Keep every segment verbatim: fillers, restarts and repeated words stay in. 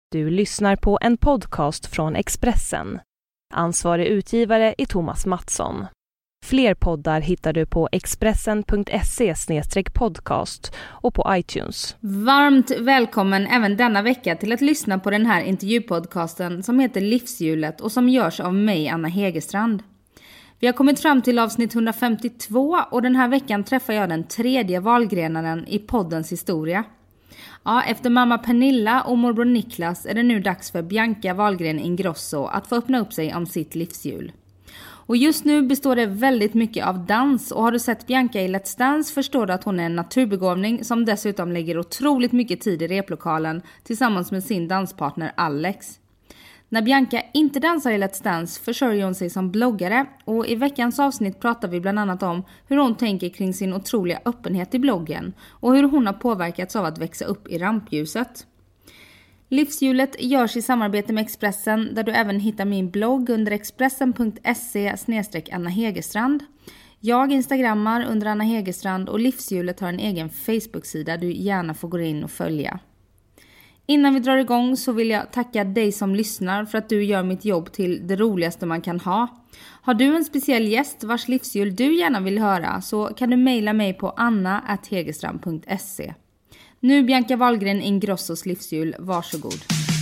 Du lyssnar på en podcast från Expressen. Ansvarig utgivare är Thomas Mattsson. Fler poddar hittar du på expressen punkt se slash podcast och på iTunes. Varmt välkommen även denna vecka till att lyssna på den här intervjupodcasten som heter Livshjulet och som görs av mig, Anna Hegerstrand. Vi har kommit fram till avsnitt hundrafemtiotvå och den här veckan träffar jag den tredje valgrenaren i poddens historia. Ja, efter mamma Pernilla och morbror Niklas är det nu dags för Bianca Wahlgren Ingrosso att få öppna upp sig om sitt livshjul. Och just nu består det väldigt mycket av dans, och har du sett Bianca i Let's Dance förstår du att hon är en naturbegåvning som dessutom lägger otroligt mycket tid i replokalen tillsammans med sin danspartner Alex. När Bianca inte dansar i Let's Dance försörjer hon sig som bloggare, och i veckans avsnitt pratar vi bland annat om hur hon tänker kring sin otroliga öppenhet i bloggen och hur hon har påverkats av att växa upp i rampljuset. Livshjulet görs i samarbete med Expressen, där du även hittar min blogg under expressen punkt se slash Anna Hegerstrand. Jag instagrammar under Anna Hegerstrand och Livshjulet har en egen Facebook-sida du gärna får gå in och följa. Innan vi drar igång så vill jag tacka dig som lyssnar för att du gör mitt jobb till det roligaste man kan ha. Har du en speciell gäst vars livshjul du gärna vill höra så kan du mejla mig på anna at hegerstrand punkt se. Nu Bianca Wahlgren Ingrossos livshjul, varsågod.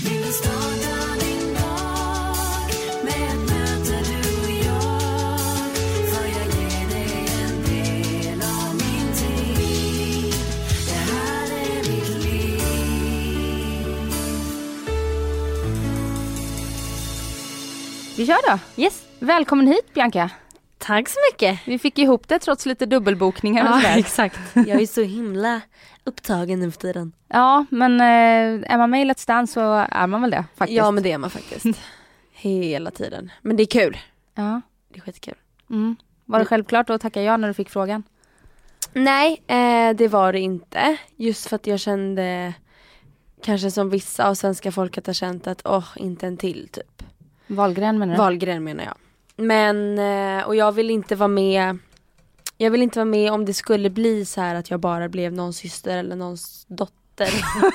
Vi kör då. Yes. Välkommen hit Bianca. Tack så mycket. Vi fick ihop det trots lite dubbelbokningar och ja, sådär. Exakt. Jag är så himla upptagen nu för tiden. Ja, men eh, är man med i Let's Dance så är man väl det faktiskt. Ja, men det är man faktiskt. Hela tiden. Men det är kul. Ja. Det är skitkul. Mm. Var det självklart att tacka ja när du fick frågan? Nej, eh, det var det inte. Just för att jag kände, kanske som vissa av svenska folket har känt att åh, oh, inte en till typ. Wahlgren menar du? Wahlgren menar jag. Men, och jag vill inte vara med Jag vill inte vara med om det skulle bli så här att jag bara blev någons syster eller någons dotter.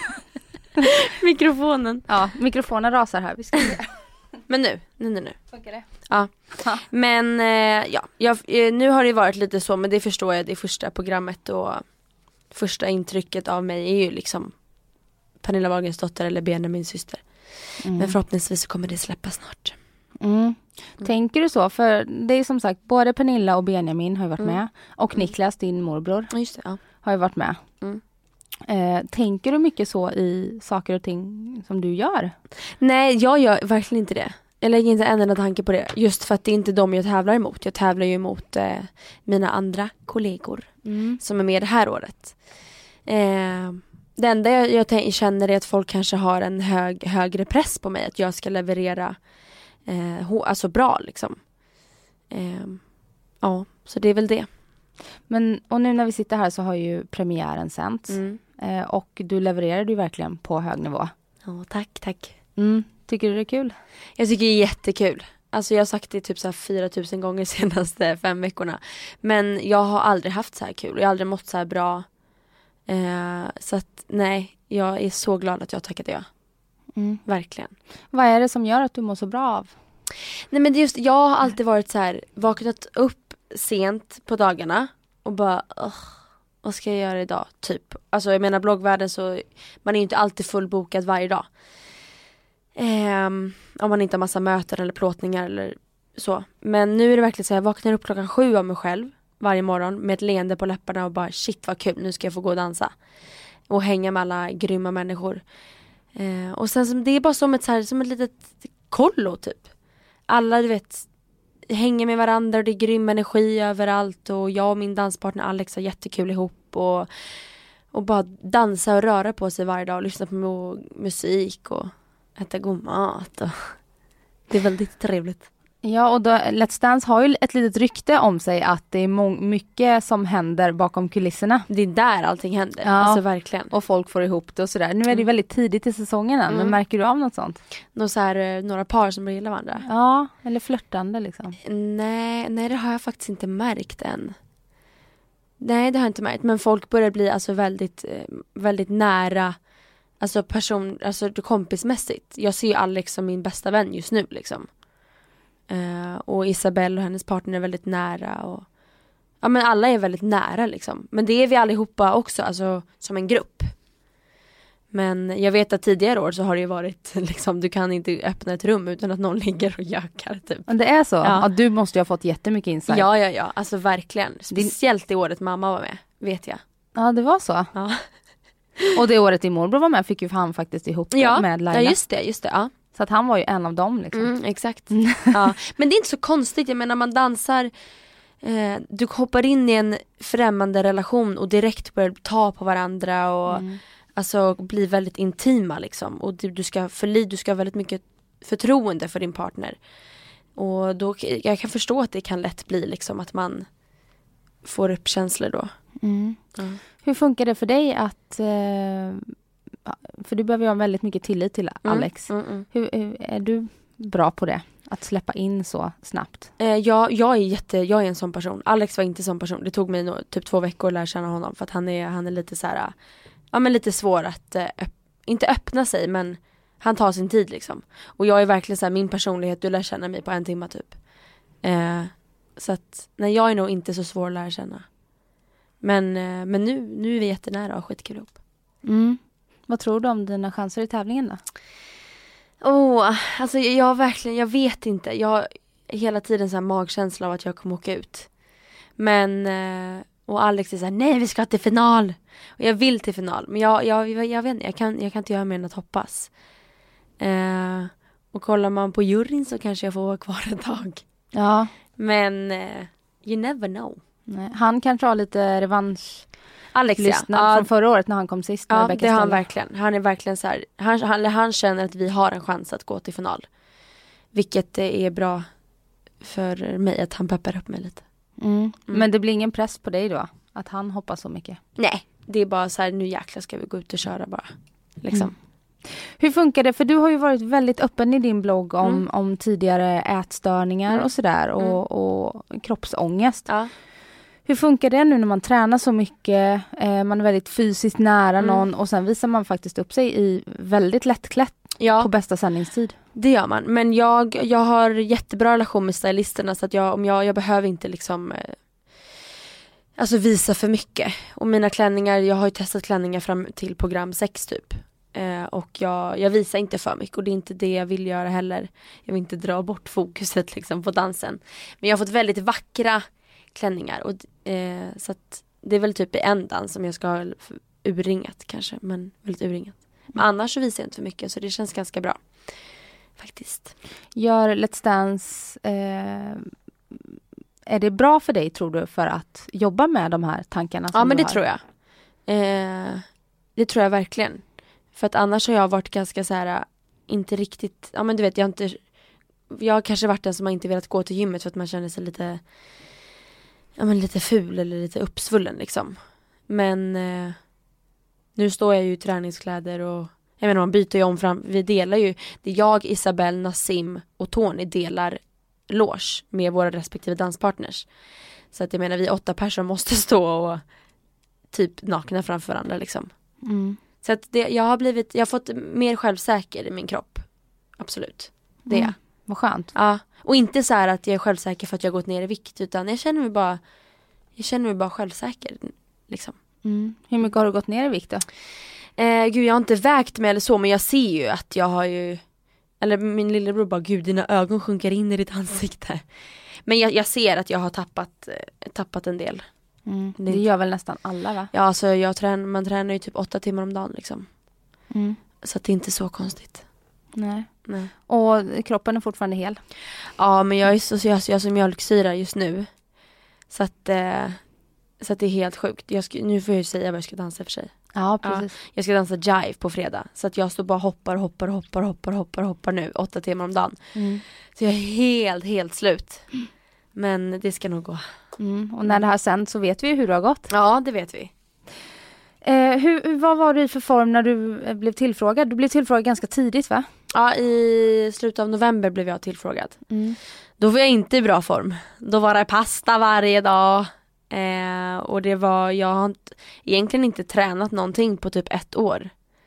Mikrofonen. Ja, mikrofonen rasar här. Vi ska se. Men nu, nu, nu, nu. Funkar det? Ja. Ha. Men ja, jag, nu har det varit lite så, men det förstår jag, det första programmet och första intrycket av mig är ju liksom Pernilla Wahlgrens dotter eller Benjamins syster. Mm. Men förhoppningsvis så kommer det släppa snart. Mm. Mm. Tänker du så? För det är som sagt, både Pernilla och Benjamin har ju varit mm. med. Och Niklas, din morbror, Just det, ja. har ju varit med. Mm. Eh, tänker du mycket så i saker och ting som du gör? Nej, jag gör verkligen inte det. Jag lägger inte en enda tanke på det. Just för att det är inte de jag tävlar emot. Jag tävlar ju emot eh, mina andra kollegor mm. som är med det här året. Eh, det enda jag, jag t- känner är att folk kanske har en hög, högre press på mig. Att jag ska leverera eh, ho- alltså bra liksom. Eh, ja, så det är väl det. Men, och nu när vi sitter här så har ju premiären sänts. Mm. Eh, och du levererar ju verkligen på hög nivå. Ja, tack, tack. Mm. Tycker du det är kul? Jag tycker det är jättekul. Alltså jag har sagt det typ så här fyra tusen gånger senaste fem veckorna. Men jag har aldrig haft så här kul. Jag har aldrig mått så här bra. Eh, så att nej, jag är så glad att jag tackat ja. Mm. Verkligen. Vad är det som gör att du mår så bra av? Nej men det är just, jag har alltid varit så här, vaknat upp sent på dagarna och bara, vad ska jag göra idag? Typ. Alltså jag menar bloggvärlden så, man är ju inte alltid fullbokad varje dag. Um, om man inte har massa möten eller plåtningar eller så. Men nu är det verkligen så här, jag vaknar upp klockan sju av mig själv varje morgon med ett leende på läpparna och bara shit vad kul, nu ska jag få gå och dansa och hänga med alla grymma människor. Uh, och sen som, det är bara som ett, så här, som ett litet kollo typ. Alla du vet hänger med varandra och det är grym energi överallt och jag och min danspartner Alex har jättekul ihop och, och bara dansa och röra på sig varje dag och lyssna på musik och äta god mat. Och det är väldigt trevligt. Ja, och då, Let's Dance har ju ett litet rykte om sig att det är må- mycket som händer bakom kulisserna. Det är där allting händer, ja, alltså verkligen. Och folk får ihop det och sådär. Nu är det mm. väldigt tidigt i säsongen än, mm. men märker du av något sånt? Nå så här, några par som gillar varandra? Ja, eller flörtande liksom. Nej, nej, det har jag faktiskt inte märkt än. Nej, det har jag inte märkt. Men folk börjar bli alltså väldigt, väldigt nära. Alltså person, alltså kompismässigt. Jag ser ju Alex som min bästa vän just nu liksom. Uh, och Isabelle och hennes partner är väldigt nära. Och, ja men alla är väldigt nära liksom. Men det är vi allihopa också, alltså som en grupp. Men jag vet att tidigare år så har det ju varit liksom, du kan inte öppna ett rum utan att någon ligger och gökar typ. Men det är så? Ja. Ja, du måste ju ha fått jättemycket insight. Ja, ja, ja. Alltså verkligen. Speciellt det året mamma var med, vet jag. Ja, det var så. Ja. Och det året din morbror var med fick ju han faktiskt ihop det Ja. med Laila. Ja, just det, just det, ja. Så att han var ju en av dem liksom. Mm, exakt. Ja. Men det är inte så konstigt, jag menar man dansar, eh, du hoppar in i en främmande relation och direkt börjar ta på varandra och Mm. alltså bli väldigt intima liksom. Och du, du ska förli, du ska ha väldigt mycket förtroende för din partner. Och då, jag kan förstå att det kan lätt bli liksom att man får upp känslor då. Mm. Mm. Hur funkar det för dig att, eh, för du behöver ju ha väldigt mycket tillit till Alex. Mm, mm, mm. Hur, hur är du bra på det? Att släppa in så snabbt? Eh, jag, jag, är jätte, jag är en sån person. Alex var inte en sån person. Det tog mig no, typ två veckor att lära känna honom. För att han är, han är lite så här, ja men lite svår att, eh, öpp, inte öppna sig men han tar sin tid liksom. Och jag är verkligen så här, min personlighet, du lär känna mig på en timme typ. Eh, så att, nej jag är nog inte så svår att lära känna. Men, eh, men nu, nu är vi jättenära och har skitkul ihop. Mm. Vad tror du om dina chanser i tävlingen då? Åh, oh, alltså jag verkligen, jag vet inte. Jag har hela tiden så här magkänsla av att jag kommer åka ut. Men, eh, och Alex är så här, nej vi ska till final. Och jag vill till final. Men jag, jag, jag, jag vet inte, jag kan, jag kan inte göra mer än att hoppas. Eh, och kollar man på juryn så kanske jag får vara kvar ett tag. Ja. Men, eh, you never know. Nej. Han kanske har lite revansch. Alex, Lyssna ja. från förra året när han kom sist. Ja, med det har han Stella. verkligen. Han är verkligen så här, han, han, han känner att vi har en chans att gå till final. Vilket är bra för mig, att han peppar upp mig lite. Mm. Mm. Men det blir ingen press på dig då? Att han hoppas så mycket? Nej, det är bara så här, nu jäkla ska vi gå ut och köra bara. Liksom. Mm. Hur funkar det? För du har ju varit väldigt öppen i din blogg om, Mm. om tidigare ätstörningar Mm. och sådär. Och, och kroppsångest. Ja. Hur funkar det nu när man tränar så mycket? Eh, man är väldigt fysiskt nära Mm. någon. Och sen visar man faktiskt upp sig i väldigt lättklätt Ja, på bästa sändningstid. det gör man. Men jag, jag har jättebra relation med stylisterna. Så att jag, om jag, jag behöver inte liksom eh, alltså visa för mycket. Och mina klänningar, jag har ju testat klänningar fram till program sex typ. Eh, och jag, jag visar inte för mycket. Och det är inte det jag vill göra heller. Jag vill inte dra bort fokuset liksom på dansen. Men jag har fått väldigt vackra klänningar. Och, eh, så att det är väl typ i en dans som jag ska ha urringat kanske. Men väldigt urringat. Men annars så visar jag inte för mycket. Så det känns ganska bra. Faktiskt. Gör Let's Dance... Eh, är det bra för dig, tror du, för att jobba med de här tankarna? Som Ja, men du det har? tror jag. Eh, det tror jag verkligen. För att annars har jag varit ganska så här, inte riktigt, ja men du vet, jag har inte, jag har kanske varit den som har inte velat gå till gymmet för att man känner sig lite, ja men lite ful eller lite uppsvullen liksom. Men eh, nu står jag ju i träningskläder och jag menar, man byter ju om fram, vi delar ju, det är jag, Isabelle, Nassim och Tony delar loge med våra respektive danspartners. Så att jag menar, vi åtta personer måste stå och typ nakna framför varandra liksom. Mm. Så att det, jag har blivit, jag har fått mer självsäker i min kropp. Absolut. Det är Mm. jag. Vad skönt. Ja. Och inte så här att jag är självsäker för att jag har gått ner i vikt, utan jag känner mig bara, jag känner mig bara självsäker liksom. Mm. Hur mycket har du gått ner i vikt då? Eh, gud, jag har inte vägt mig eller så, men jag ser ju att jag har ju, eller min lillebror bara, gud dina ögon sjunker in i ditt ansikte. Men jag, jag ser att jag har tappat, eh, tappat en del. Mm. Det Det är inte- gör väl nästan alla, va? Ja, alltså jag trän, man tränar ju typ åtta timmar om dagen liksom. Mm. Så att det är inte så konstigt. Nej. Nej. Och kroppen är fortfarande hel? Ja, men jag är så, jag, jag är som mjölksyra just nu. Så att, eh, så att det är helt sjukt. Jag ska, nu får jag ju säga vad jag ska dansa för sig. Ja, precis. Jag ska dansa jive på fredag. Så att jag står bara hoppar, hoppar, hoppar, hoppar, hoppar, hoppar nu. Åtta timmar om dagen. Mm. Så jag är helt, helt slut. Men det ska nog gå. Mm. Och när det här sänds så vet vi hur det har gått. Ja, det vet vi. Eh, hur, vad var du i för form när du eh, blev tillfrågad? Du blev tillfrågad ganska tidigt, va? Ja, i slutet av november blev jag tillfrågad. Mm. Då var jag inte i bra form. Då var det pasta varje dag. Eh, och det var, jag har inte, egentligen inte tränat någonting på typ ett år.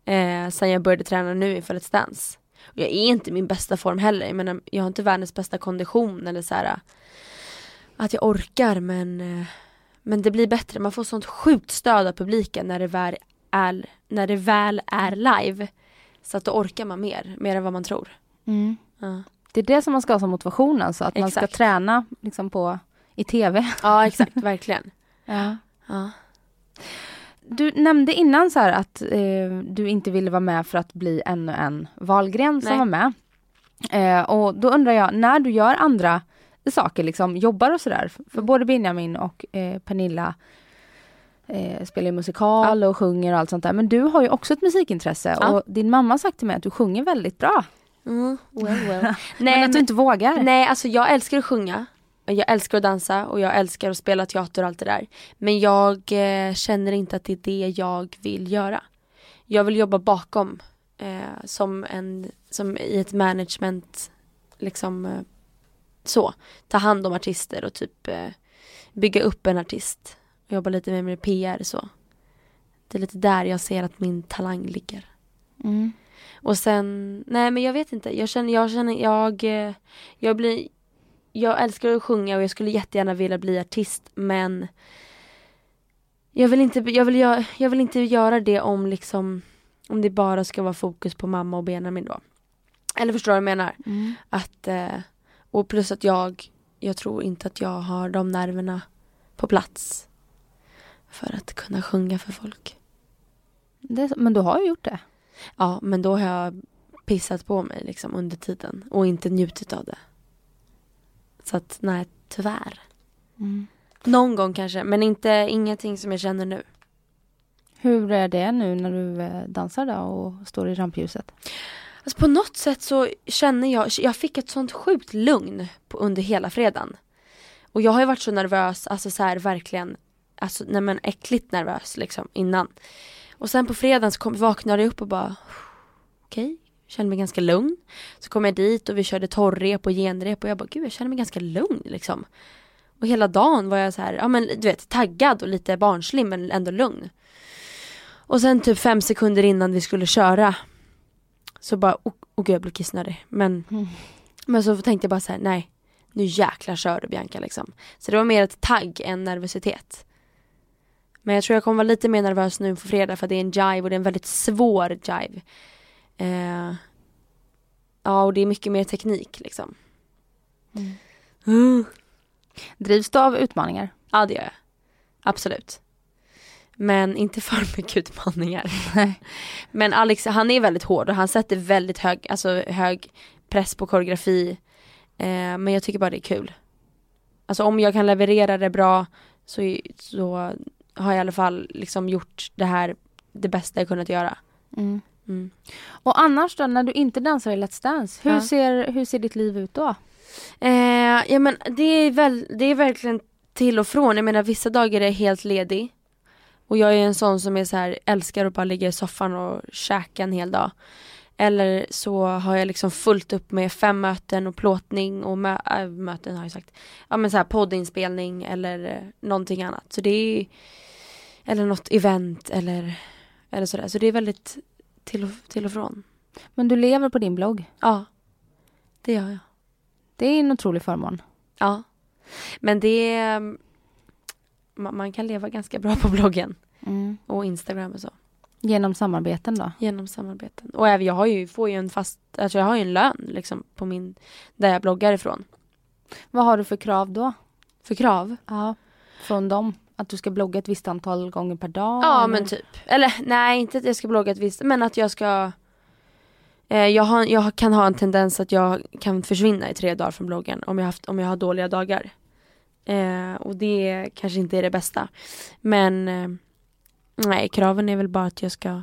Eh, sen jag började träna nu inför Let's Dance. Och jag är inte i min bästa form heller. Jag menar, jag har inte världens bästa kondition eller så här, att jag orkar, men, eh, men det blir bättre. Man får sånt sjukt stöd av publiken när det väl är, när det väl är live. Så att då orkar man mer, mer än vad man tror. Mm. Ja. Det är det som man ska ha som motivation, alltså, att Exakt. man ska träna liksom på, i tv. Ja, exakt, verkligen. Ja. Ja. Du nämnde innan så här att eh, du inte ville vara med för att bli ännu en Wahlgren som Nej. var med. Eh, och då undrar jag, när du gör andra saker, liksom jobbar och sådär, för både Benjamin och eh, Pernilla eh, spelar ju musikal ja. och sjunger och allt sånt där. Men du har ju också ett musikintresse ja. och din mamma har sagt till mig att du sjunger väldigt bra. Mm, well, well. Nej, men att du inte vågar. Nej, alltså jag älskar att sjunga. Jag älskar att dansa och jag älskar att spela teater och allt det där. Men jag eh, känner inte att det är det jag vill göra. Jag vill jobba bakom eh, som, en, som i ett management, liksom eh, så. Ta hand om artister och typ eh, bygga upp en artist. Jobba lite mer med P R så. Det är lite där jag ser att min talang ligger. Mm. Och sen, nej men jag vet inte. Jag känner, jag känner, jag, eh, jag blir... Jag älskar att sjunga och jag skulle jättegärna vilja bli artist, men jag vill inte, jag vill, jag, jag vill inte göra det om liksom, om det bara ska vara fokus på mamma och Benjamin då. Eller förstår du vad jag menar? Mm. Att, eh, och plus att jag, jag tror inte att jag har de nerverna på plats för att kunna sjunga för folk. Det, men du har ju gjort det. Ja, men då har jag pissat på mig liksom under tiden och inte njutit av det. Så att nej, tyvärr. Mm. Någon gång kanske, men inte ingenting som jag känner nu. Hur är det nu när du dansar då och står i rampljuset? Alltså på något sätt så känner jag, jag fick ett sånt sjukt lugn på, under hela fredagen. Och jag har ju varit så nervös, alltså så här verkligen, alltså nej men äckligt nervös liksom innan. Och sen på fredagen så kom, vaknade jag upp och bara, okej. Okay. Kände mig ganska lugn. Så kom jag dit och vi körde torrrep och genrep och jag bara, gud jag känner mig ganska lugn liksom. Och hela dagen var jag så här, ja men du vet, taggad och lite barnslig men ändå lugn. Och sen typ fem sekunder innan vi skulle köra så bara, åh oh, gud jag blev kissnödig. Men, mm. men så tänkte jag bara så här, nej, nu jäklar kör du Bianca liksom. Så det var mer ett tagg än nervositet. Men jag tror jag kommer vara lite mer nervös nu på fredag för det är en jive och det är en väldigt svår jive. Eh, ja, och det är mycket mer teknik liksom. Mm. Mm. Drivs du av utmaningar? Ja, det gör jag. Absolut. Men inte för mycket utmaningar. Men Alex, han är väldigt hård och han sätter väldigt hög, alltså hög press på koreografi. Eh, men jag tycker bara det är kul. Alltså om jag kan leverera det bra så, så har jag i alla fall liksom gjort det här det bästa jag kunnat göra. Mm. Mm. Och annars då, när du inte dansar i Let's Dance, hur, ja. ser, hur ser ditt liv ut då? Eh, ja, men det är, väl, det är verkligen till och från. Jag menar, vissa dagar är jag helt ledig. Och jag är en sån som är så här, älskar att bara ligga i soffan och käka en hel dag. Eller så har jag liksom fullt upp med fem möten och plåtning och mö- äh, möten har jag sagt. Ja men så här poddinspelning eller eh, någonting annat. Så det är, eller något event eller, eller sådär. Så det är väldigt till och, till och från. Men du lever på din blogg? Ja, det gör jag. Det är en otrolig förmån. Ja, men det är, man, man kan leva ganska bra på bloggen. Mm. Och Instagram och så. Genom samarbeten då? Genom samarbeten. Och även jag har ju, får ju en fast, alltså jag har ju en lön liksom på min, där jag bloggar ifrån. Vad har du för krav då? För krav? Ja, från dem. Att du ska blogga ett visst antal gånger per dag? Ja, eller? men typ. Eller nej, inte att jag ska blogga ett visst, men att jag ska eh, jag, har, jag kan ha en tendens att jag kan försvinna i tre dagar från bloggen om jag, haft, om jag har dåliga dagar. Eh, och det kanske inte är det bästa. Men eh, nej, kraven är väl bara att jag ska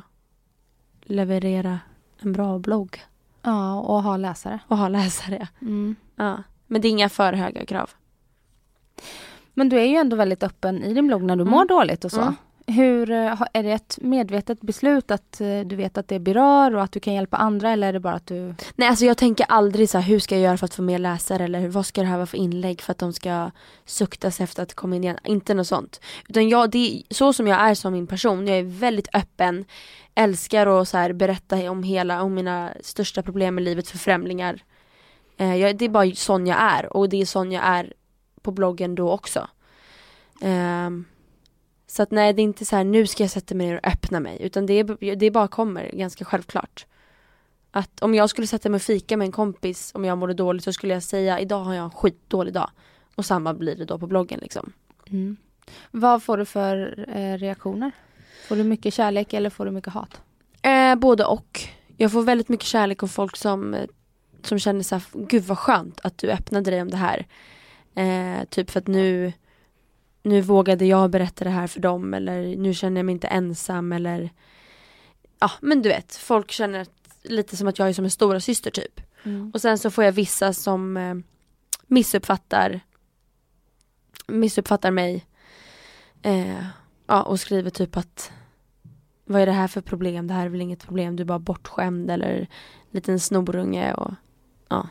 leverera en bra blogg. Ja, och ha läsare. Och ha läsare, ja. Mm. Ja. Men det är inga för höga krav. Men du är ju ändå väldigt öppen i din blogg när du mm. mår dåligt och så. Hur, är det ett medvetet beslut att du vet att det berör och att du kan hjälpa andra, eller är det bara att du... Nej, alltså jag tänker aldrig så här, hur ska jag göra för att få mer läsare, eller vad ska det här vara för inlägg för att de ska suktas efter att komma in igen. Inte något sånt. Utan jag, det är så som jag är som min person. Jag är väldigt öppen, älskar att så här berätta om hela, om mina största problem i livet för främlingar. Eh, jag, det är bara sån jag är, och det är sån jag är på bloggen då också. Eh, Så att nej, det är inte så här, nu ska jag sätta mig ner och öppna mig. Utan det, är, det bara kommer ganska självklart. Att om jag skulle sätta mig och fika med en kompis, om jag mådde dåligt, så skulle jag säga, idag har jag en skitdålig dag. Och samma blir det då på bloggen liksom. Mm. Vad får du för eh, reaktioner? Får du mycket kärlek eller får du mycket hat? Eh, både och. Jag får väldigt mycket kärlek av folk som, som känner så här, gud vad skönt att du öppnade dig om det här. Eh, typ för att nu... Nu vågade jag berätta det här för dem, eller nu känner jag mig inte ensam, eller ja, men du vet, folk känner lite som att jag är som en stora syster typ. Mm. Och sen så får jag vissa som eh, missuppfattar missuppfattar mig eh, ja, och skriver typ att vad är det här för problem? Det här är väl inget problem, du är bara bortskämd eller en liten snorunge, och ja,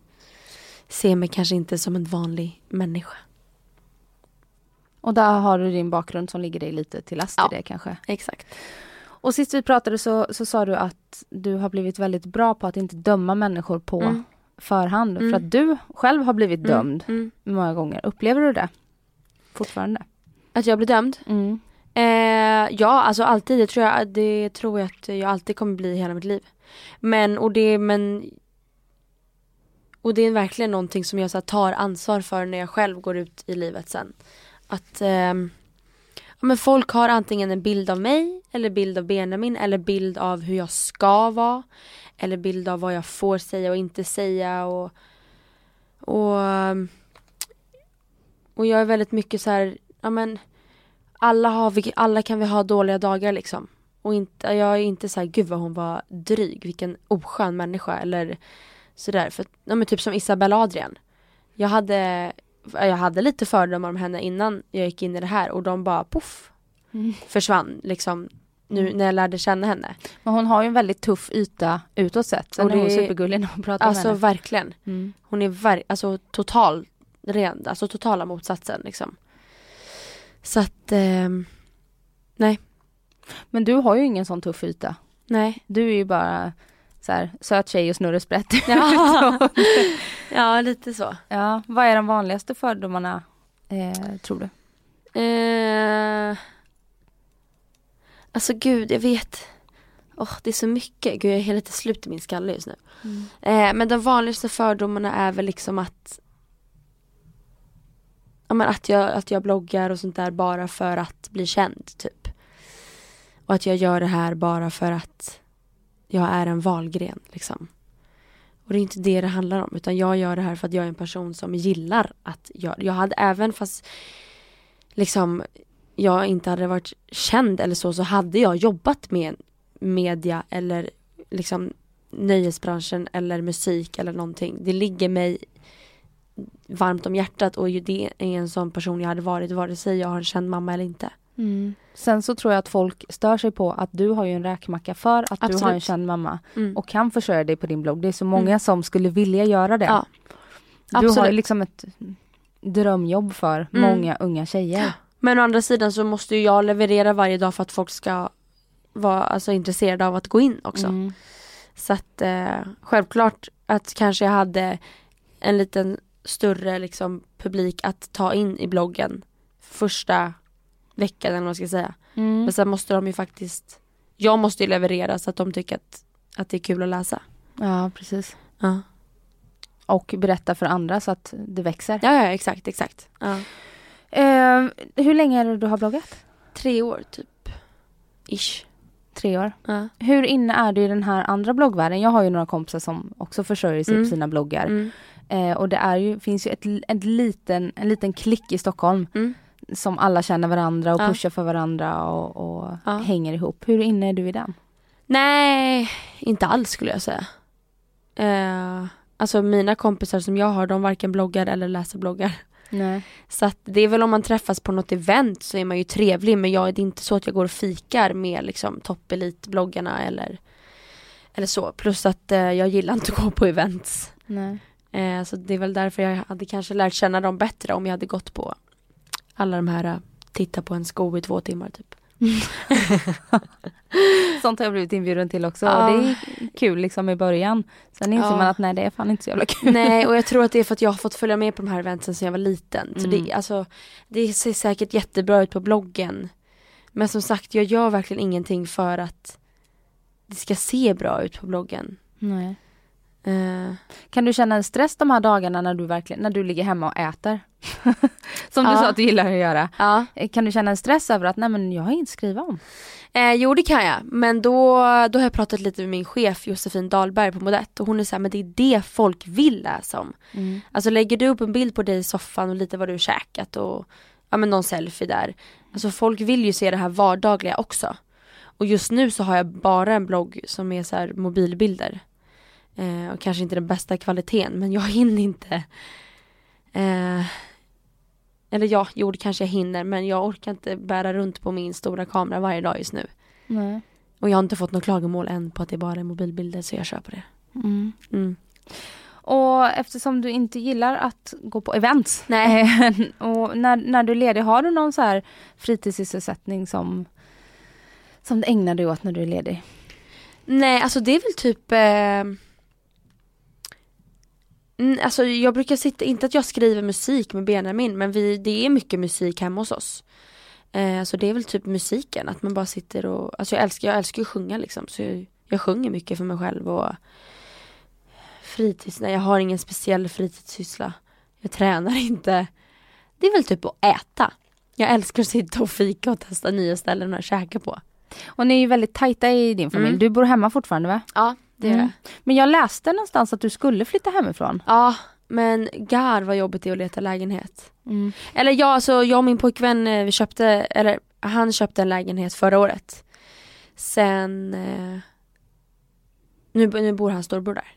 ser mig kanske inte som en vanlig människa. Och där har du din bakgrund som ligger dig lite till last ja, i det kanske. Exakt. Och sist vi pratade så, så sa du att du har blivit väldigt bra på att inte döma människor på mm. förhand. Mm. För att du själv har blivit mm. dömd mm. många gånger. Upplever du det fortfarande? Att jag blir dömd? Mm. Eh, ja, alltså alltid. Det tror, jag, det tror jag att jag alltid kommer bli i hela mitt liv. Men, och det, men, och det är verkligen någonting som jag så här, tar ansvar för när jag själv går ut i livet sen. Att eh, ja, men folk har antingen en bild av mig, eller bild av Benjamin, eller bild av hur jag ska vara, eller bild av vad jag får säga och inte säga, och och, och jag är väldigt mycket så här, ja men alla, har, alla kan vi ha dåliga dagar liksom, och inte, jag är inte så här, gud vad hon var dryg, vilken oskön människa eller sådär, för ja, men typ som Isabella Adrian, jag hade Jag hade lite fördomar om henne innan jag gick in i det här, och de bara poff mm. försvann liksom nu när jag lärde känna henne. Men hon har ju en väldigt tuff yta utåt sett. Sen och är hon supergullig när hon pratar alltså, med henne. Alltså verkligen. Mm. Hon är ver- alltså total ren, alltså totala motsatsen liksom. Så att eh, nej. Men du har ju ingen sån tuff yta. Nej. Du är ju bara så här, söt tjej och snurresprätt. Ja. Ja, lite så. Ja, vad är de vanligaste fördomarna, eh, tror du? Eh, alltså gud, jag vet. Oh, det är så mycket. Gud, jag är helt slut i min skalle just nu. Mm. Eh, men de vanligaste fördomarna är väl liksom att ja, men att, jag, att jag bloggar och sånt där bara för att bli känd, typ. Och att jag gör det här bara för att jag är en Wahlgren, liksom. Och det är inte det det handlar om, utan jag gör det här för att jag är en person som gillar att göra. Jag hade även fast liksom jag inte hade varit känd eller så, så hade jag jobbat med media eller liksom nöjesbranschen eller musik eller någonting. Det ligger mig varmt om hjärtat, och det är en sån person jag hade varit, vare sig jag har en känd mamma eller inte. Mm. Sen så tror jag att folk stör sig på att du har ju en räkmacka för att Absolut. Du har en känd mamma mm. och kan försörja dig på din blogg. Det är så många mm. som skulle vilja göra det. Ja. Du Absolut. Har ju liksom ett drömjobb för mm. många unga tjejer. Men å andra sidan så måste ju jag leverera varje dag för att folk ska vara alltså, intresserade av att gå in också. Mm. Så att eh, självklart att kanske jag hade en liten större liksom, publik att ta in i bloggen första veckan eller vad man ska säga. Mm. Men sen måste de ju faktiskt, jag måste ju leverera så att de tycker att, att det är kul att läsa. Ja, precis. Ja. Och berätta för andra så att det växer. Ja, ja exakt, exakt. Ja. Uh, hur länge är det du har bloggat? Tre år typ. Ish. Tre år. Ja. Hur inne är du i den här andra bloggvärlden? Jag har ju några kompisar som också försörjer sig mm. på sina bloggar. Mm. Uh, och det är ju, finns ju ett, ett liten, en liten klick i Stockholm mm. som alla känner varandra och ja. Pushar för varandra och, och ja. Hänger ihop. Hur inne är du i den? Nej, inte alls skulle jag säga. Uh, alltså mina kompisar som jag har, de varken bloggar eller läser bloggar. Nej. Så att det är väl om man träffas på något event så är man ju trevlig, men jag, det är inte så att jag går och fikar med liksom toppelitbloggarna eller, eller så. Plus att eh, jag gillar inte att gå på events. Nej. Eh, så det är väl därför jag hade kanske lärt känna dem bättre om jag hade gått på alla de här uh, titta på en sko i två timmar typ. Sånt har jag blivit inbjuden till också. Ja. Och det är kul liksom i början. Sen inser Ja. man att nej, det är fan inte så jävla kul. Nej, och jag tror att det är för att jag har fått följa med på de här eventen sedan jag var liten. Så Mm. det, alltså, det ser säkert jättebra ut på bloggen. Men som sagt, jag gör verkligen ingenting för att det ska se bra ut på bloggen. Nej. Uh, Kan du känna en stress de här dagarna när du verkligen när du ligger hemma och äter? Som du Ja. sa att du gillar att göra. ja. Kan du känna en stress över att nej men jag har inget att skriva om? Eh, jo, det kan jag. Men då, då har jag pratat lite med min chef Josefin Dahlberg på Modett. Och hon är så här, men det är det folk vill läsa om. Mm. Alltså lägger du upp en bild på dig i soffan och lite vad du har käkat och ja, men någon selfie där. Alltså folk vill ju se det här vardagliga också. Och just nu så har jag bara en blogg som är så här mobilbilder. Eh, och kanske inte den bästa kvaliteten, men jag hinner inte. Eh, eller ja, jo det kanske jag hinner, men jag orkar inte bära runt på min stora kamera varje dag just nu. Nej. Och jag har inte fått något klagomål än på att det bara är mobilbilder, så jag köper det. Mm. Mm. Och eftersom du inte gillar att gå på events. Nej. och när, när du är ledig, har du någon så här fritidssysselsättning som, som du ägnar dig åt när du är ledig? Nej, alltså det är väl typ... Eh, mm, alltså jag brukar sitta... Inte att jag skriver musik med Benjamin, men vi, det är mycket musik hemma hos oss. Eh, så det är väl typ musiken, att man bara sitter och... Alltså jag älskar, jag älskar ju att sjunga liksom, så jag, jag sjunger mycket för mig själv och... Fritids... Nej, jag har ingen speciell fritidssyssla. Jag tränar inte. Det är väl typ att äta. Jag älskar att sitta och fika och testa nya ställen att käka på. Och ni är ju väldigt tajta i din familj. Mm. Du bor hemma fortfarande, va? Ja, det är Mm. det. Men jag läste någonstans att du skulle flytta hemifrån. Ja, men gar vad jobbigt det är att leta lägenhet. Mm. Eller ja, alltså jag och min pojkvän eh, vi köpte, eller han köpte en lägenhet förra året. Sen eh, nu, nu bor hans storbror där.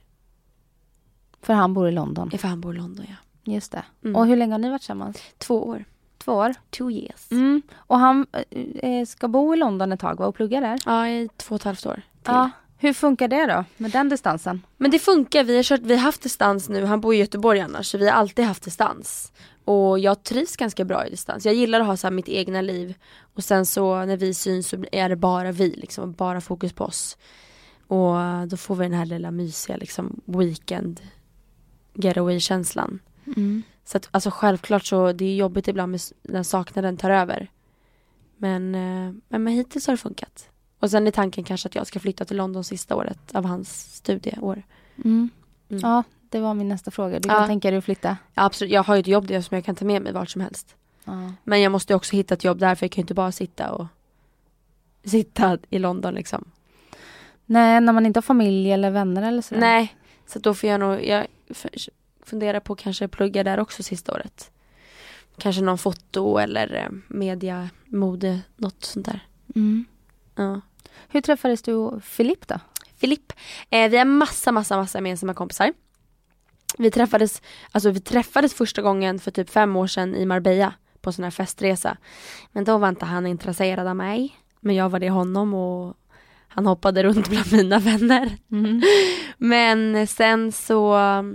För han bor i London. För han bor i London, ja. Just det. Mm. Och hur länge har ni varit tillsammans? Två år. Två år. Two years. Mm. Och han eh, ska bo i London ett tag, va? Och plugga där. Ja, i två och ett halvt år till. Ja. Hur funkar det då? Med den distansen? Men det funkar, vi har, kört, vi har haft distans nu. Han bor i Göteborg annars, så vi har alltid haft distans. Och jag trivs ganska bra i distans. Jag gillar att ha så här mitt egna liv. Och sen så när vi syns så är det bara vi, liksom, bara fokus på oss. Och då får vi den här lilla mysiga liksom, weekend getaway-känslan. Mm. Så att, alltså självklart så det är jobbigt ibland med när saknaden tar över. Men, eh, men hittills har det funkat. Och sen är tanken kanske att jag ska flytta till London sista året av hans studieår. Mm. Mm. Ja, det var min nästa fråga. Du Ja. kan tänka dig att flytta? Ja, absolut. Jag har ju ett jobb där som jag kan ta med mig vart som helst. Ja. Men jag måste också hitta ett jobb där, för jag kan ju inte bara sitta och sitta i London liksom. Nej, när man inte har familj eller vänner eller så. Nej, så då får jag nog jag f- fundera på kanske plugga där också sista året. Kanske någon foto eller eh, media, mode, något sånt där. Mm. Ja. Hur träffades du och Filip då? Filip, eh, vi har massa, massa, massa gemensamma kompisar. Vi träffades, alltså vi träffades första gången för typ fem år sedan i Marbella på en sån här festresa. Men då var inte han intresserad av mig. Men jag var det honom och han hoppade runt bland mina vänner. Mm. Men sen så,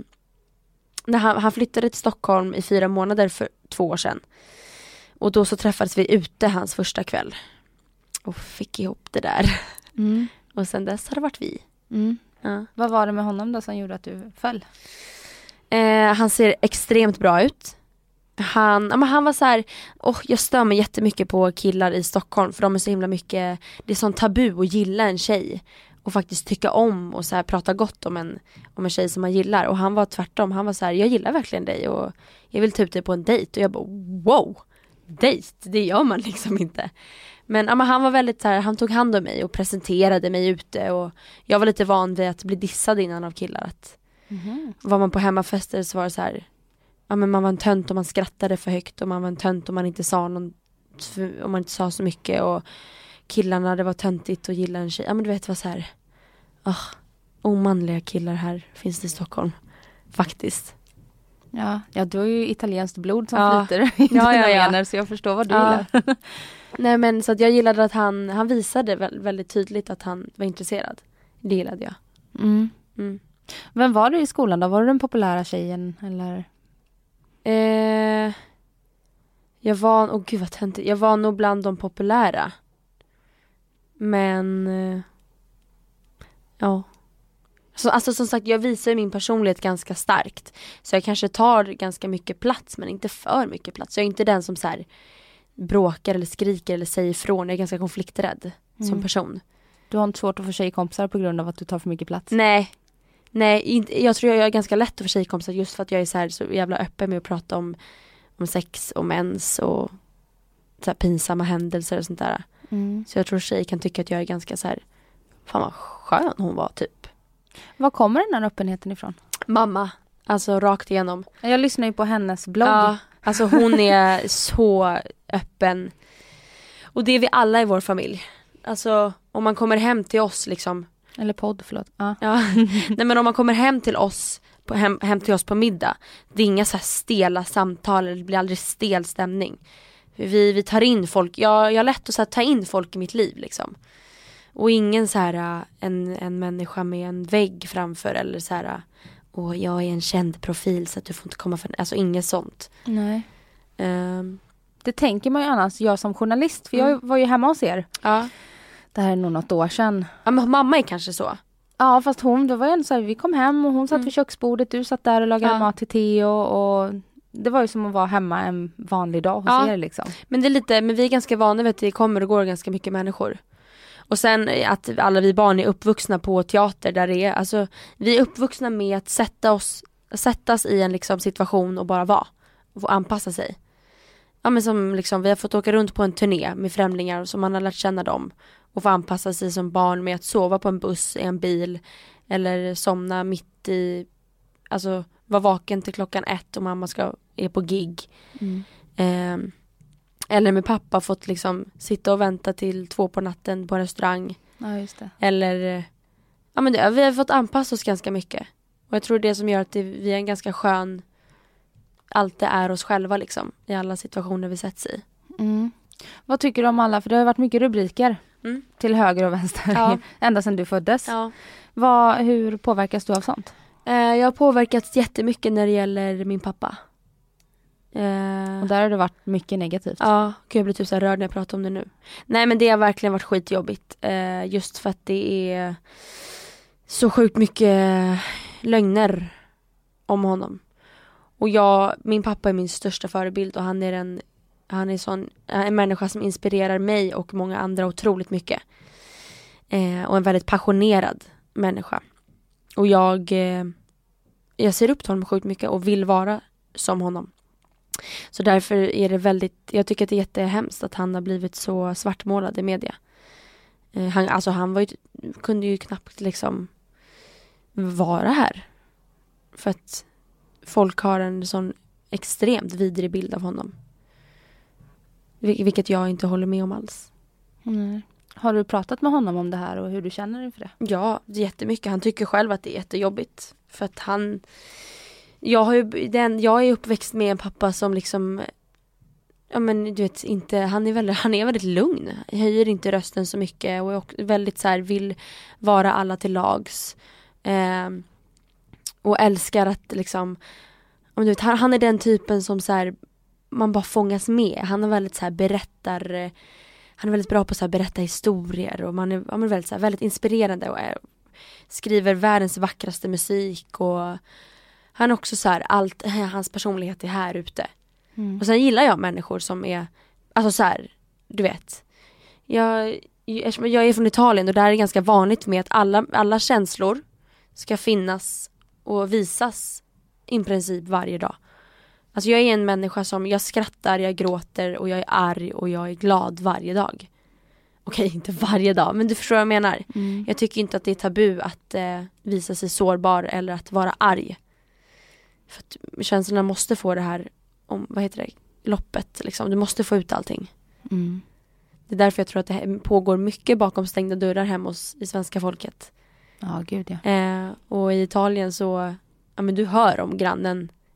när han, han flyttade till Stockholm i fyra månader för två år sedan. Och då så träffades vi ute hans första kväll. Och fick ihop det där. Mm. Och sen dess har det varit vi. Mm. Ja. Vad var det med honom då som gjorde att du föll? Eh, han ser extremt bra ut. Han, ja, men han var så här, oh, jag stör mig jättemycket på killar i Stockholm, för de är så himla mycket, det är sån tabu att gilla en tjej och faktiskt tycka om och så här, prata gott om en, om en tjej som man gillar. Och han var tvärtom, han var så här, jag gillar verkligen dig och jag vill ta ut dig på en dejt. Och jag bara, wow, dejt, det gör man liksom inte. Men, ja, men han var väldigt så här, han tog hand om mig och presenterade mig ute, och jag var lite van vid att bli dissad innan av killar. Att Mm. var man på hemmafester så var det så här, ja, men man var en tönt om man skrattade för högt, och man var en tönt om man inte sa någon, om man inte sa så mycket, och killarna, det var töntigt att gilla en tjej. Ja, men du vet, vad så här, oh, omanliga killar här finns det i Stockholm faktiskt. Ja, ja, du har ju italienskt blod som Ja. flyter i Ja, dina ja, ja. gener, så jag förstår vad du Ja. gillar. Nej men så att jag gillade att han, han visade vä- väldigt tydligt att han var intresserad. Det gillade jag. Mm. Mm. Vem var du i skolan då? Var du den populära tjejen eller? Eh, jag var, åh gud vad töntigt. Jag var nog bland de populära. Men, eh, ja. Så, alltså som sagt, jag visar ju min personlighet ganska starkt. Så jag kanske tar ganska mycket plats, men inte för mycket plats. Jag är inte den som så här bråkar eller skriker eller säger ifrån. Jag är ganska konflikträdd Mm. som person. Du har inte svårt att få tjejkompisar på grund av att du tar för mycket plats? Nej, nej inte, jag tror jag är ganska lätt att få tjejkompisar just för att jag är så här så jävla öppen med att prata om, om sex och mens och så här pinsamma händelser och sånt där. Mm. Så jag tror tjejer kan tycka att jag är ganska så här, fan vad skön hon var typ. Var kommer den här öppenheten ifrån? Mamma, alltså rakt igenom. Jag lyssnar ju på hennes blogg. Ja, alltså hon är så öppen. Och det är vi alla i vår familj. Alltså om man kommer hem till oss liksom. Eller podd, förlåt. Ja. Ja. Nej men om man kommer hem till oss på, hem, hem till oss på middag. Det är inga så här stela samtal. Det blir aldrig stel stämning. Vi, vi tar in folk. Jag, jag har lätt att så här, ta in folk i mitt liv liksom. Och ingen så här en, en människa med en vägg framför. Eller så här, åh jag är en känd profil så att du får inte komma för. Alltså inget sånt. Nej. Um, Det tänker man ju annars, jag som journalist. För Mm. jag var ju hemma hos er. ja. Det här är nog något år sedan. Ja men mamma är kanske så. Ja, fast hon, det var ju ändå så här, vi kom hem och hon satt Mm. vid köksbordet. Du satt där och lagade Ja. mat till Theo. Och det var ju som att vara hemma en vanlig dag hos Ja. er liksom. Men det är lite, men vi är ganska vana vid att det kommer och går ganska mycket människor. Och sen att alla vi barn är uppvuxna på teater där det är, alltså vi är uppvuxna med att sätta oss, sättas i en liksom situation och bara vara. Och få anpassa sig. Ja men som liksom, vi har fått åka runt på en turné med främlingar som man har lärt känna dem. Och få anpassa sig som barn med att sova på en buss, i en bil. Eller somna mitt i, alltså vara vaken till klockan ett och mamma ska, är på gig. Mm. Eh, eller med pappa fått liksom sitta och vänta till två på natten på en restaurang. Ja, just det. Eller, ja men det, vi har fått anpassa oss ganska mycket. Och jag tror det som gör att det, vi är en ganska skön, alltid är oss själva liksom. I alla situationer vi sätts i. Mm. Vad tycker du om alla, för det har varit mycket rubriker. Mm. Till höger och vänster. Ja. Ända sedan du föddes. Ja. Vad, hur påverkas du av sånt? Eh, jag har påverkats jättemycket när det gäller min pappa. Eh, Och där har det varit mycket negativt. Ja, gud, jag blir typ så här rörd när jag pratar om det nu. Nej men det har verkligen varit skitjobbigt. Eh, just för att det är så sjukt mycket lögner om honom. Och jag, min pappa är min största förebild och han är en, han är sån, en människa som inspirerar mig och många andra otroligt mycket. Eh, och en väldigt passionerad människa. Och jag, eh, jag ser upp till honom sjukt mycket och vill vara som honom. Så därför är det väldigt, jag tycker att det är jättehemskt att han har blivit så svartmålad i media. Eh, han, alltså han var ju, kunde ju knappt liksom vara här. För att folk har en sån extremt vidrig bild av honom. Vil- vilket jag inte håller med om alls. Mm. Har du pratat med honom om det här och hur du känner inför det? Ja, jättemycket. Han tycker själv att det är jättejobbigt. För att han... Jag, har ju, den, jag är uppväxt med en pappa som liksom... Ja men du vet inte... Han är väldigt, han är väldigt lugn. Höjer inte rösten så mycket. Och är också väldigt så här, vill vara alla till lags. Eh, och älskar att liksom... Ja, men du vet, han, han är den typen som så här... Man bara fångas med. Han är väldigt så här berättar... Han är väldigt bra på att berätta historier. Och man är, man är väldigt, så här, väldigt inspirerande. Och är, skriver världens vackraste musik. Och han är också så här, allt, hans personlighet är här ute. Mm. Och sen gillar jag människor som är, alltså så här, du vet. Jag, jag är från Italien och där är det ganska vanligt med att alla, alla känslor ska finnas och visas i princip varje dag. Alltså jag är en människa som, jag skrattar, jag gråter och jag är arg och jag är glad varje dag. Okej, inte varje dag, men du förstår vad jag menar. Mm. Jag tycker inte att det är tabu att eh, visa sig sårbar eller att vara arg. För att känslorna måste få det här, om, vad heter det, loppet liksom. Du måste få ut allting. Mm. Det är därför jag tror att det pågår mycket bakom stängda dörrar hemma hos i svenska folket. Ja, gud ja. Eh, och i Italien så, ja men du hör om grannen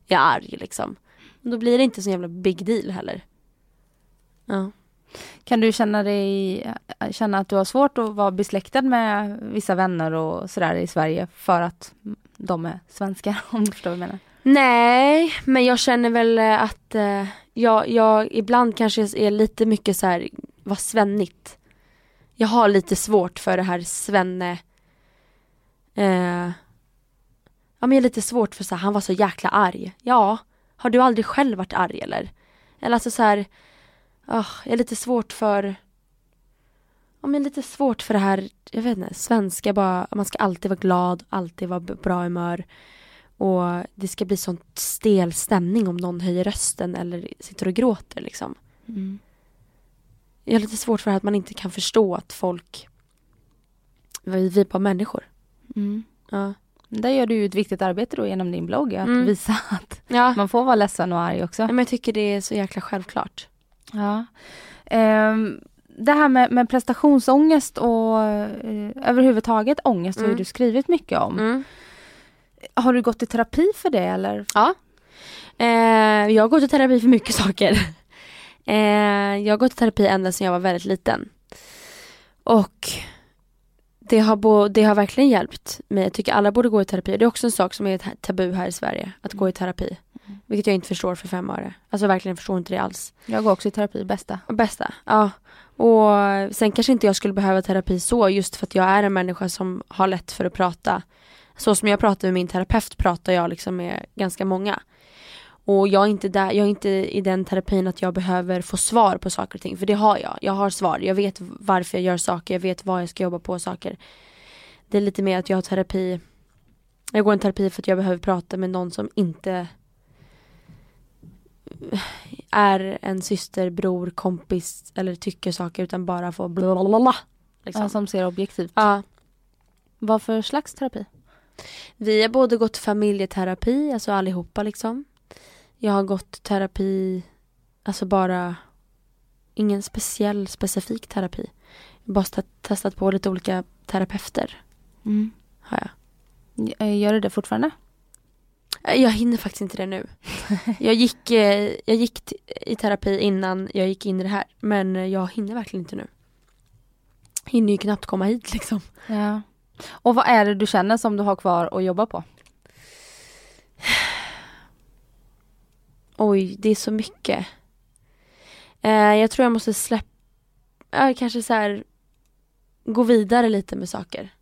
är arg liksom. Då blir det inte så jävla big deal heller. Ja. Kan du känna dig känna att du har svårt att vara besläktad med vissa vänner och sådär i Sverige för att de är svenskar, om du förstår vad jag menar? Nej, men jag känner väl att eh, jag, jag ibland kanske är lite mycket så här, vad svennigt. Jag har lite svårt för det här svenne. Eh, ja, men jag är lite svårt för så här, han var så jäkla arg. Ja, har du aldrig själv varit arg eller? Eller alltså så här, oh, jag är lite svårt för, ja, men lite svårt för det här, jag vet inte, svenska bara, man ska alltid vara glad, alltid vara bra humör. Och det ska bli sån stel stämning om någon höjer rösten eller sitter och gråter liksom. Mm. Jag har lite svårt för att man inte kan förstå att folk, vi, vi är bara människor. Mm. Ja. Där gör du ju ett viktigt arbete då genom din blogg. Att mm. visa att ja. man får vara ledsen och arg också. Ja, men jag tycker det är så jäkla självklart. Ja. Um, det här med, med prestationsångest och uh, överhuvudtaget ångest mm. har du skrivit mycket om. Mm. Har du gått i terapi för det eller? Ja. Eh, jag har gått i terapi för mycket saker. eh, jag har gått i terapi ända sedan jag var väldigt liten. Och det har, bo- det har verkligen hjälpt mig. Jag tycker alla borde gå i terapi. Det är också en sak som är ett tabu här i Sverige. Att mm. gå i terapi. Mm. Vilket jag inte förstår för fem år. Alltså verkligen förstår inte det alls. Jag går också i terapi, bästa. Bästa, ja. Och sen kanske inte jag skulle behöva terapi så. Just för att jag är en människa som har lätt för att prata. Så som jag pratar med min terapeut pratar jag liksom med ganska många. Och jag är inte där, jag är inte i den terapin att jag behöver få svar på saker och ting. För det har jag. Jag har svar. Jag vet varför jag gör saker. Jag vet vad jag ska jobba på saker. Det är lite mer att jag har terapi. Jag går en terapi för att jag behöver prata med någon som inte är en syster, bror, kompis eller tycker saker utan bara får blablabla. Liksom. Ja, som ser objektivt. Ja. Vad för slags terapi? Vi har både gått familjeterapi, alltså allihopa liksom. Jag har gått terapi, alltså bara ingen speciell, specifik terapi. Jag har bara testat på lite olika terapeuter. Mm. Har jag. Gör du det fortfarande? Jag hinner faktiskt inte det nu. jag gick, jag gick i terapi innan jag gick in i det här. Men jag hinner verkligen inte nu. Hinner ju knappt komma hit liksom. Ja. Och vad är det du känner som du har kvar att jobba på? Oj, det är så mycket. Eh, jag tror jag måste släppa, äh, kanske så här, gå vidare lite med saker.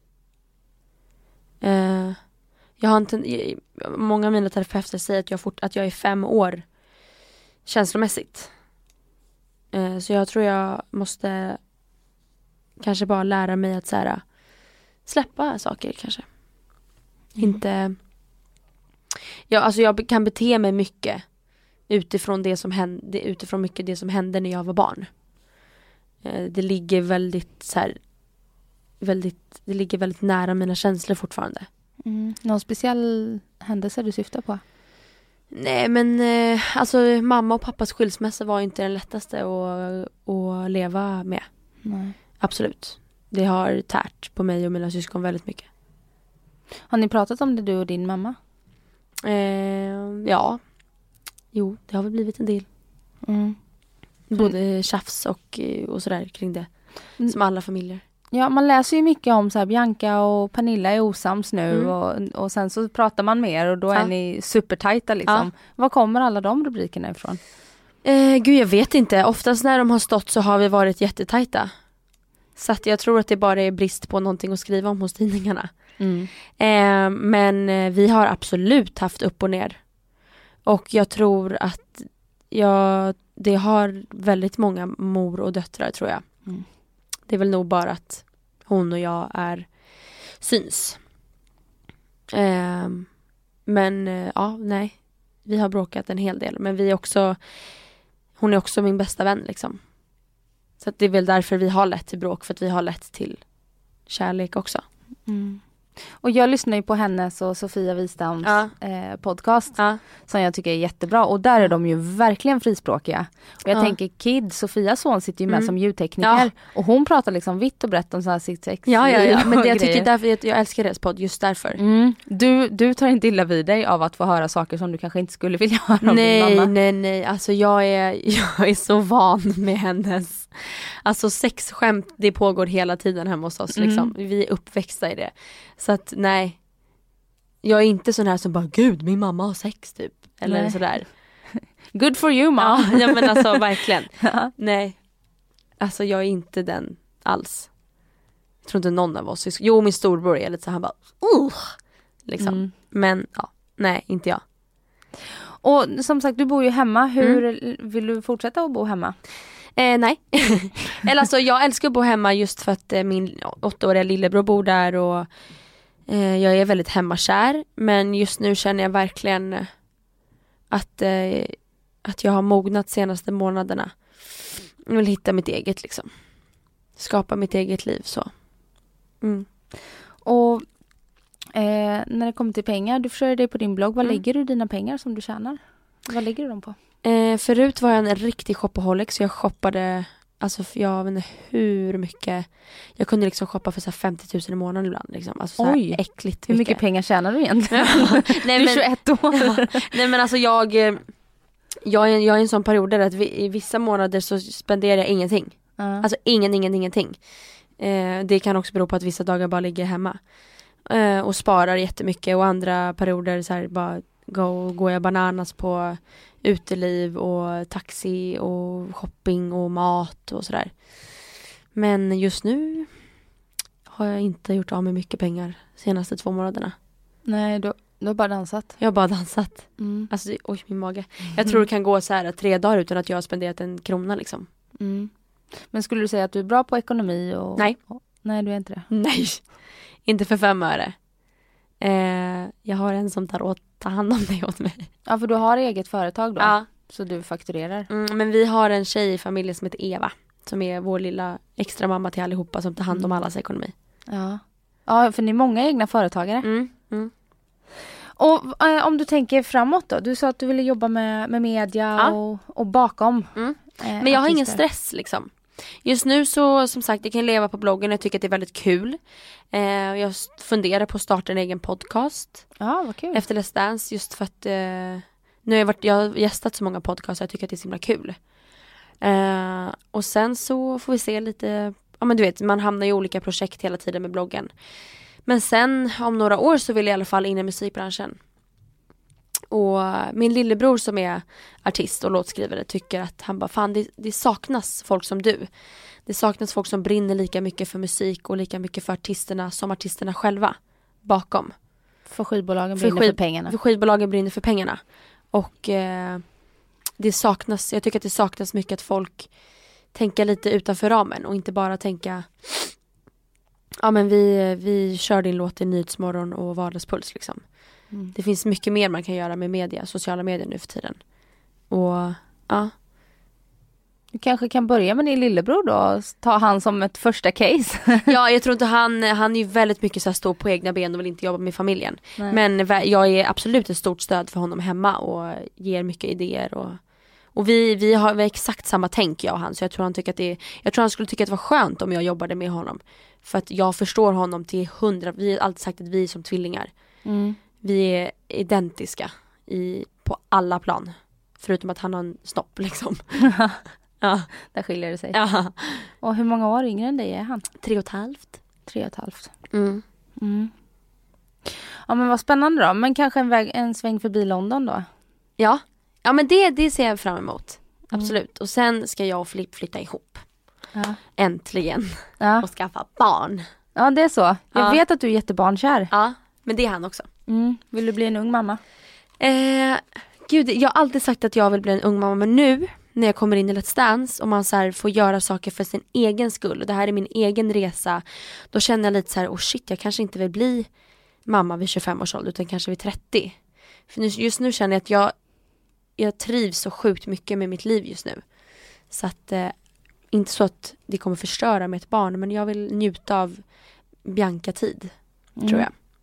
Eh, jag har inte, jag, många av mina terapeuter säger att jag, fort, att jag är fem år känslomässigt. Eh, så jag tror jag måste kanske bara lära mig att så här, släppa saker kanske. Mm. Inte, ja, alltså jag kan bete mig mycket utifrån det som hände, utifrån mycket det som hände när jag var barn. Eh, det ligger väldigt så här, väldigt, det ligger väldigt nära mina känslor fortfarande. Mm. Någon speciell händelse du syftar på? Nej, men eh, alltså mamma och pappas skilsmässa var inte den lättaste att, att leva med. Nej. Absolut. Det har tärt på mig och mina syskon väldigt mycket. Har ni pratat om det, du och din mamma? Eh, ja. Jo, det har väl blivit en del. Mm. Både tjafs och, och sådär kring det. Mm. Som alla familjer. Ja, man läser ju mycket om så här, Bianca och Pernilla är osams nu. Mm. Och, och sen så pratar man mer och då ja. Är ni supertajta liksom. Ja. Var kommer alla de rubrikerna ifrån? Eh, gud, jag vet inte. Oftast när de har stått så har vi varit jättetajta. Så att jag tror att det bara är brist på någonting att skriva om hos tidningarna. Mm. Eh, men vi har absolut haft upp och ner. Och jag tror att jag, det har väldigt många mor och döttrar tror jag. Mm. Det är väl nog bara att hon och jag är syns. Eh, men ja, nej. Vi har bråkat en hel del. Men vi är också, hon är också min bästa vän liksom. Så att det är väl därför vi har lätt till bråk. För att vi har lätt till kärlek också. Mm. Och jag lyssnar ju på hennes och Sofia Wistams Ja. eh, podcast Ja. som jag tycker är jättebra. Och där är de ju verkligen frispråkiga. Och jag Ja. tänker Kid, Sofias son sitter ju med Mm. som ljudtekniker. Ja. Och hon pratar liksom vitt och brett om så här sitt sex. Ja, ja, ja. Men och det, jag, grejer. tycker därför, jag, jag älskar deras podd just därför. Mm. Du, du tar inte illa vid dig av att få höra saker som du kanske inte skulle vilja höra om din Nej, mamma. nej, nej. Alltså jag är, jag är så van med hennes. Alltså sexskämt, det pågår hela tiden hemma hos oss. Mm. Liksom. Vi är uppväxta i det. Så att nej. Jag är inte sån här som bara, gud min mamma har sex typ. Eller Nej. sådär. Good for you, ma. Ja, ja men alltså verkligen. Ja. Nej. Alltså jag är inte den alls. Jag tror inte någon av oss. Jo, min storbror är lite så, han bara, uh, liksom. Mm. Men ja, nej, inte jag. Och som sagt, du bor ju hemma. Hur vill du fortsätta att bo hemma? Eh, nej. Eller alltså jag älskar att bo hemma just för att eh, min åttaåriga lillebror bor där och eh, jag är väldigt hemmakär. Men just nu känner jag verkligen eh, att, eh, att jag har mognat senaste månaderna. Jag vill hitta mitt eget liksom. Skapa mitt eget liv så. Mm. Och eh, när det kommer till pengar, du försörjer dig på din blogg. Vad Mm. lägger du dina pengar som du tjänar? Vad lägger du dem på? Eh, förut var jag en riktig shopaholic så jag shoppade, alltså för jag vet inte hur mycket. Jag kunde liksom shoppa för så här femtio tusen i månaden ibland. Liksom. Alltså så här Oj. äckligt Hur mycket pengar tjänar du egentligen? Nej, Du är men, tjugoett år. ja, nej men alltså jag, eh, jag, är, jag är i en sån period där att vi, i vissa månader så spenderar jag ingenting. Ja. Alltså ingen, ingen, ingenting. Eh, det kan också bero på att vissa dagar bara ligger hemma. Eh, och sparar jättemycket och andra perioder så här bara go, går jag bananas på uteliv och taxi och shopping och mat och sådär. Men just nu har jag inte gjort av med mycket pengar senaste två månaderna. Nej, du, du har bara dansat. Jag har bara dansat. Mm. Alltså, det- oj min mage. Jag tror det kan gå så här tre dagar utan att jag har spenderat en krona liksom. Mm. Men skulle du säga att du är bra på ekonomi? Och, Nej. Och, nej, du är inte det. Nej, inte för fem öre. Eh, jag har en som tar, åt, tar hand om det åt mig. Ja, för du har eget företag då. Ja. Så du fakturerar. Mm, men vi har en tjej i familjen som heter Eva. Som är vår lilla extra mamma till allihopa som tar hand om allas ekonomi. Ja. Ja, för ni är många egna företagare. Mm, mm. Och eh, om du tänker framåt då. Du sa att du ville jobba med, med media Ja. och, och bakom. Mm. Eh, Men jag har ingen artister. stress liksom. Just nu så som sagt jag kan leva på bloggen. Jag tycker att det är väldigt kul. Eh, jag funderar på att starta en egen podcast. Ja, vad kul. Efter Let's Dance just för att eh, nu har jag, varit, jag har gästat så många podcasts och jag tycker att det är så himla kul. Eh, och sen så får vi se lite, ja men du vet man hamnar i olika projekt hela tiden med bloggen. Men sen om några år så vill jag i alla fall in i musikbranschen. Och min lillebror som är artist och låtskrivare tycker att han bara fan det, det saknas folk som du. Det saknas folk som brinner lika mycket för musik och lika mycket för artisterna som artisterna själva bakom. För skivbolagen För brinner för, skiv- pengarna. För skivbolagen brinner för pengarna. Och eh, det saknas, jag tycker att det saknas mycket att folk tänker lite utanför ramen och inte bara tänka ja men vi, vi kör din låt i Nyhetsmorgon och Vardagspuls liksom. Mm. Det finns mycket mer man kan göra med media, sociala medier nu för tiden. Och ja. Du kanske kan börja med din lillebror då och ta han som ett första case. Ja, jag tror inte han, han är ju väldigt mycket så här stå på egna ben och vill inte jobba med familjen. Nej. Men vä- jag är absolut ett stort stöd för honom hemma och ger mycket idéer och, och vi, vi har vi har exakt samma tänk jag och han så jag tror han tycker att det är, jag tror han skulle tycka att det var skönt om jag jobbade med honom. För att jag förstår honom till hundra, vi har alltid sagt att vi är som tvillingar. Mm. Vi är identiska i, på alla plan. Förutom att han har en snopp liksom. Ja. Där skiljer det sig. Ja. Och hur många år yngre än dig är han? Tre och ett halvt. Tre och ett halvt. Mm. Mm. Ja men vad spännande då. Men kanske en, väg, en sväng förbi London då? Ja. Ja men det, det ser jag fram emot. Mm. Absolut. Och sen ska jag och Flipp flytta ihop. Ja. Äntligen. Ja, Och skaffa barn. ja det är så. Jag Ja. vet att du är jättebarnkär. Ja. Men det är han också. Mm. Vill du bli en ung mamma? Eh, gud, jag har alltid sagt att jag vill bli en ung mamma. Men nu när jag kommer in i Let's Dance och man så här får göra saker för sin egen skull. Och det här är min egen resa. Då känner jag lite så här, oh shit, jag kanske inte vill bli mamma vid tjugofem års ålder utan kanske vid trettio. För nu, just nu känner jag att jag, jag trivs så sjukt mycket med mitt liv just nu. Så att, eh, inte så att det kommer förstöra med ett barn. Men jag vill njuta av Bianca-tid, Mm. tror jag.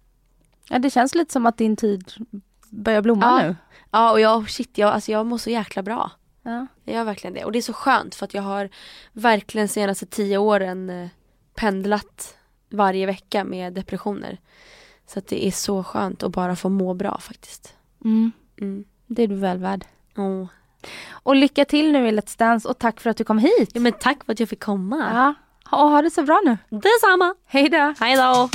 Ja, det känns lite som att din tid börjar blomma ja. nu. Ja, och jag, shit, jag, alltså jag mår så jäkla bra. Ja. Jag gör verkligen det. Och det är så skönt för att jag har verkligen senaste tio åren eh, pendlat varje vecka med depressioner. Så att det är så skönt att bara få må bra faktiskt. Mm. Mm. Det är du väl värd. Oh. Och lycka till nu i Let's Dance och tack för att du kom hit. Ja, men tack för att jag fick komma. Ja. Och ha det så bra nu. Detsamma. Hej då. Hej då.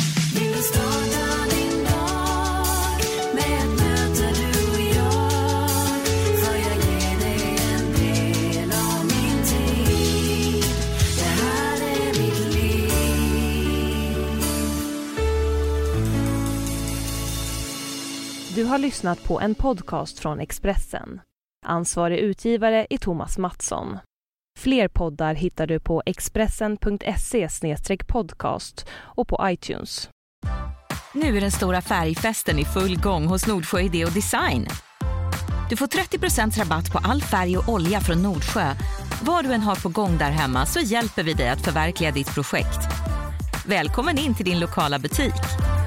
Du har lyssnat på en podcast från Expressen. Ansvarig utgivare är Thomas Mattsson. Fler poddar hittar du på expressen punkt se slash podcast och på iTunes. Nu är den stora färgfesten i full gång hos Nordsjö Idé och Design. Du får trettio procent rabatt på all färg och olja från Nordsjö. Vad du än har på gång där hemma så hjälper vi dig att förverkliga ditt projekt. Välkommen in till din lokala butik.